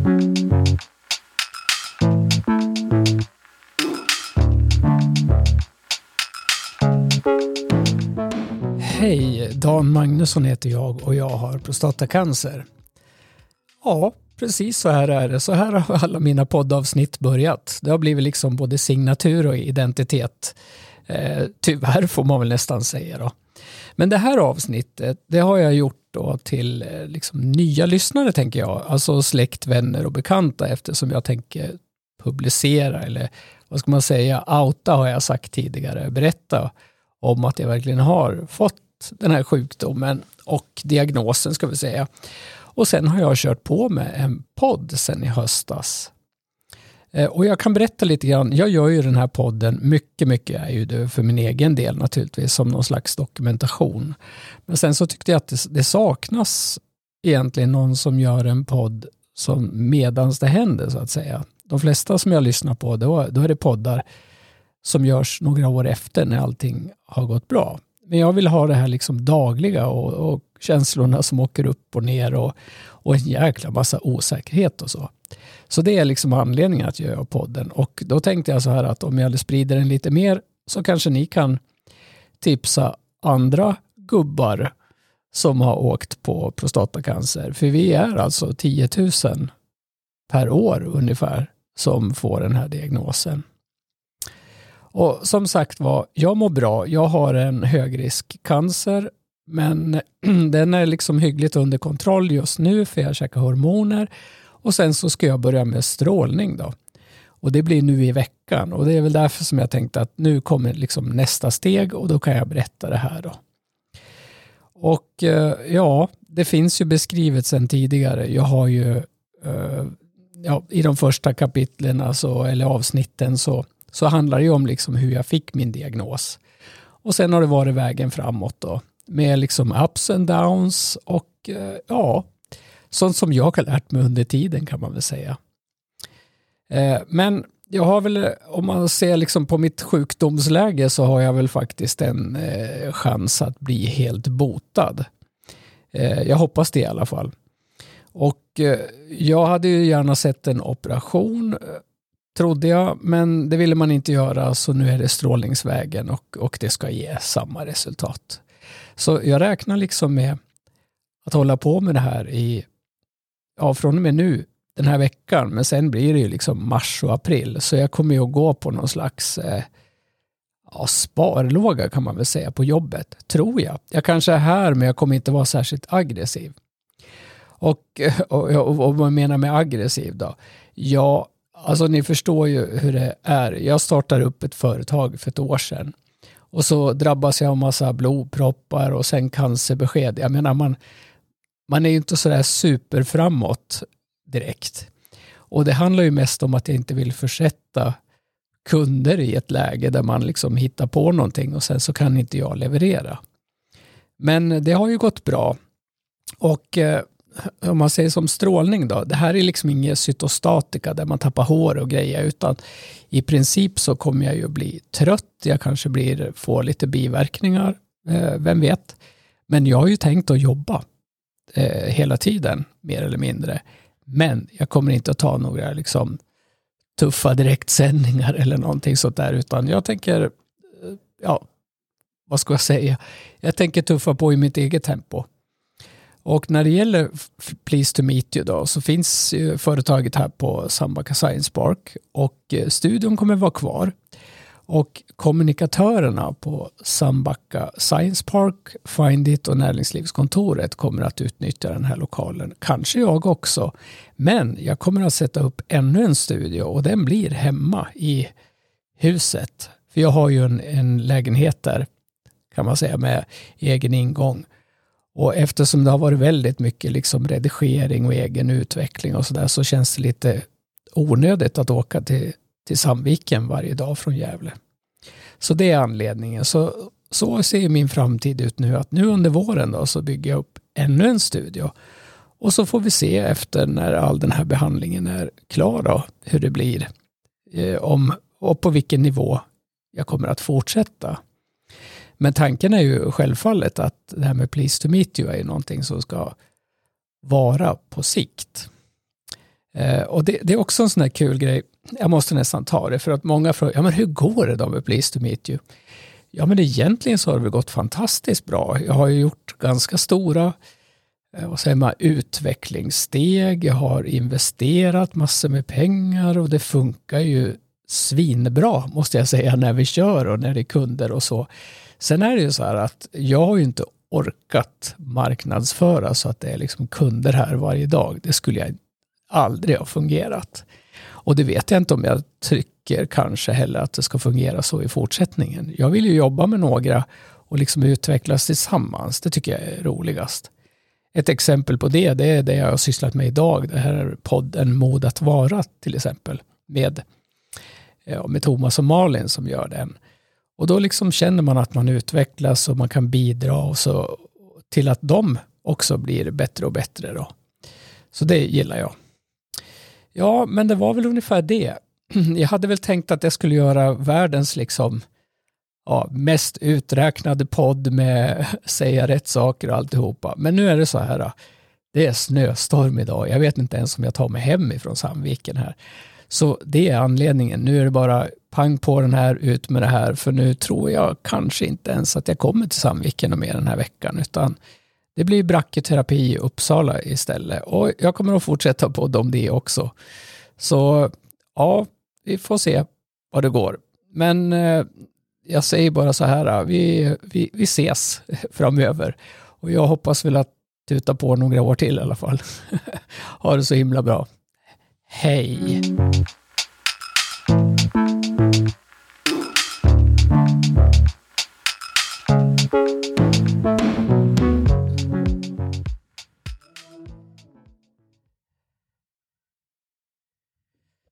Hej, Dan Magnusson heter jag och jag har prostatacancer. Ja, precis så här är det. Så här har alla mina poddavsnitt börjat. Det har blivit liksom både signatur och identitet. Tyvärr får man väl nästan säga då. Men det här avsnittet, det har jag gjort då till liksom nya lyssnare tänker jag. Alltså släkt, vänner och bekanta eftersom jag tänker publicera eller vad ska man säga, outa har jag sagt tidigare. Berätta om att jag verkligen har fått den här sjukdomen och diagnosen ska vi säga. Och sen har jag kört på med en podd sen i höstas. Och jag kan berätta lite grann, jag gör ju den här podden, mycket är ju det för min egen del naturligtvis som någon slags dokumentation. Men sen så tyckte jag att det saknas egentligen någon som gör en podd som medans det händer så att säga. De flesta som jag lyssnar på då är det poddar som görs några år efter när allting har gått bra. Men jag vill ha det här liksom dagliga och känslorna som åker upp och ner och en jäkla massa osäkerhet och så. Så det är liksom anledningen att jag gör podden. Och då tänkte jag så här att om jag sprider den lite mer så kanske ni kan tipsa andra gubbar som har åkt på prostatacancer. För vi är alltså 10 000 per år ungefär som får den här diagnosen. Och som sagt var, jag mår bra. Jag har en högriskcancer men den är liksom hyggligt under kontroll just nu för jag käkar hormoner. Och sen så ska jag börja med strålning då. Och det blir nu i veckan. Och det är väl därför som jag tänkte att nu kommer liksom nästa steg och då kan jag berätta det här då. Och ja, det finns ju beskrivet sedan tidigare. Jag har ju i de första kapitlen alltså, eller avsnitten så handlar det ju om liksom hur jag fick min diagnos. Och sen har det varit vägen framåt då. Med liksom ups and downs och sånt som jag har lärt mig under tiden kan man väl säga. Men jag har väl, om man ser liksom på mitt sjukdomsläge så har jag väl faktiskt en chans att bli helt botad. Jag hoppas det i alla fall. Och jag hade ju gärna sett en operation trodde jag, men det ville man inte göra så nu är det strålningsvägen och det ska ge samma resultat. Så jag räknar liksom med att hålla på med det här från och med nu den här veckan, men sen blir det ju liksom mars och april så jag kommer ju att gå på någon slags sparlåga kan man väl säga på jobbet, tror jag. Jag kanske är här men jag kommer inte vara särskilt aggressiv. Och vad man menar med aggressiv då? Ja, alltså ni förstår ju hur det är. Jag startar upp ett företag för ett år sedan. Och så drabbas jag av massa blodproppar och sen cancerbesked. Jag menar man är ju inte sådär super framåt direkt. Och det handlar ju mest om att jag inte vill försätta kunder i ett läge där man liksom hittar på någonting och sen så kan inte jag leverera. Men det har ju gått bra. Och om man säger som strålning då, det här är liksom ingen cytostatika där man tappar hår och grejer utan i princip så kommer jag ju bli trött, jag kanske får lite biverkningar, vem vet. Men jag har ju tänkt att jobba hela tiden, mer eller mindre. Men jag kommer inte att ta några liksom tuffa direktsändningar eller någonting sånt där utan jag tänker, vad ska jag säga? Jag tänker tuffa på i mitt eget tempo. Och när det gäller Please to Meet You då så finns ju företaget här på Sandbacka Science Park och studion kommer vara kvar. Och kommunikatörerna på Sandbacka Science Park, Find It och Näringslivskontoret kommer att utnyttja den här lokalen. Kanske jag också. Men jag kommer att sätta upp ännu en studio och den blir hemma i huset. För jag har ju en lägenhet där kan man säga med egen ingång. Och eftersom det har varit väldigt mycket liksom redigering och egen utveckling och sådär så känns det lite onödigt att åka till Sandviken varje dag från Gävle. Så det är anledningen. Så ser min framtid ut nu att nu under våren då så bygger jag upp ännu en studio. Och så får vi se efter när all den här behandlingen är klar då hur det blir. Och på vilken nivå jag kommer att fortsätta. Men tanken är ju självfallet att det här med Please to Meet You är någonting som ska vara på sikt. Och det är också en sån här kul grej. Jag måste nästan ta det för att många frågar, ja men hur går det då med Pleased to Meet You? Ja men egentligen så har det gått fantastiskt bra. Jag har ju gjort ganska stora utvecklingssteg. Jag har investerat massor med pengar och det funkar ju svinbra måste jag säga när vi kör och när det är kunder och så. Sen är det ju så här att jag har ju inte orkat marknadsföra så att det är liksom kunder här varje dag. Det skulle jag aldrig ha fungerat. Och det vet jag inte om jag tycker kanske heller att det ska fungera så i fortsättningen. Jag vill ju jobba med några och liksom utvecklas tillsammans. Det tycker jag är roligast. Ett exempel på det är det jag har sysslat med idag. Det här är podden Mod att vara till exempel. Med Thomas och Malin som gör den. Och då liksom känner man att man utvecklas och man kan bidra och så till att de också blir bättre och bättre då. Så det gillar jag. Ja, men det var väl ungefär det. Jag hade väl tänkt att jag skulle göra världens liksom mest uträknade podd med säga rätt saker och alltihopa. Men nu är det så här, det är snöstorm idag. Jag vet inte ens om jag tar mig hem ifrån Sandviken här. Så det är anledningen. Nu är det bara pang på den här, ut med det här. För nu tror jag kanske inte ens att jag kommer till Sandviken och med den här veckan. Utan det blir bracketerapi i Uppsala istället. Och jag kommer att fortsätta podda om det också. Så ja, vi får se vad det går. Men jag säger bara så här, vi ses framöver. Och jag hoppas väl att tuta på några år till i alla fall. Ha det så himla bra. Hej!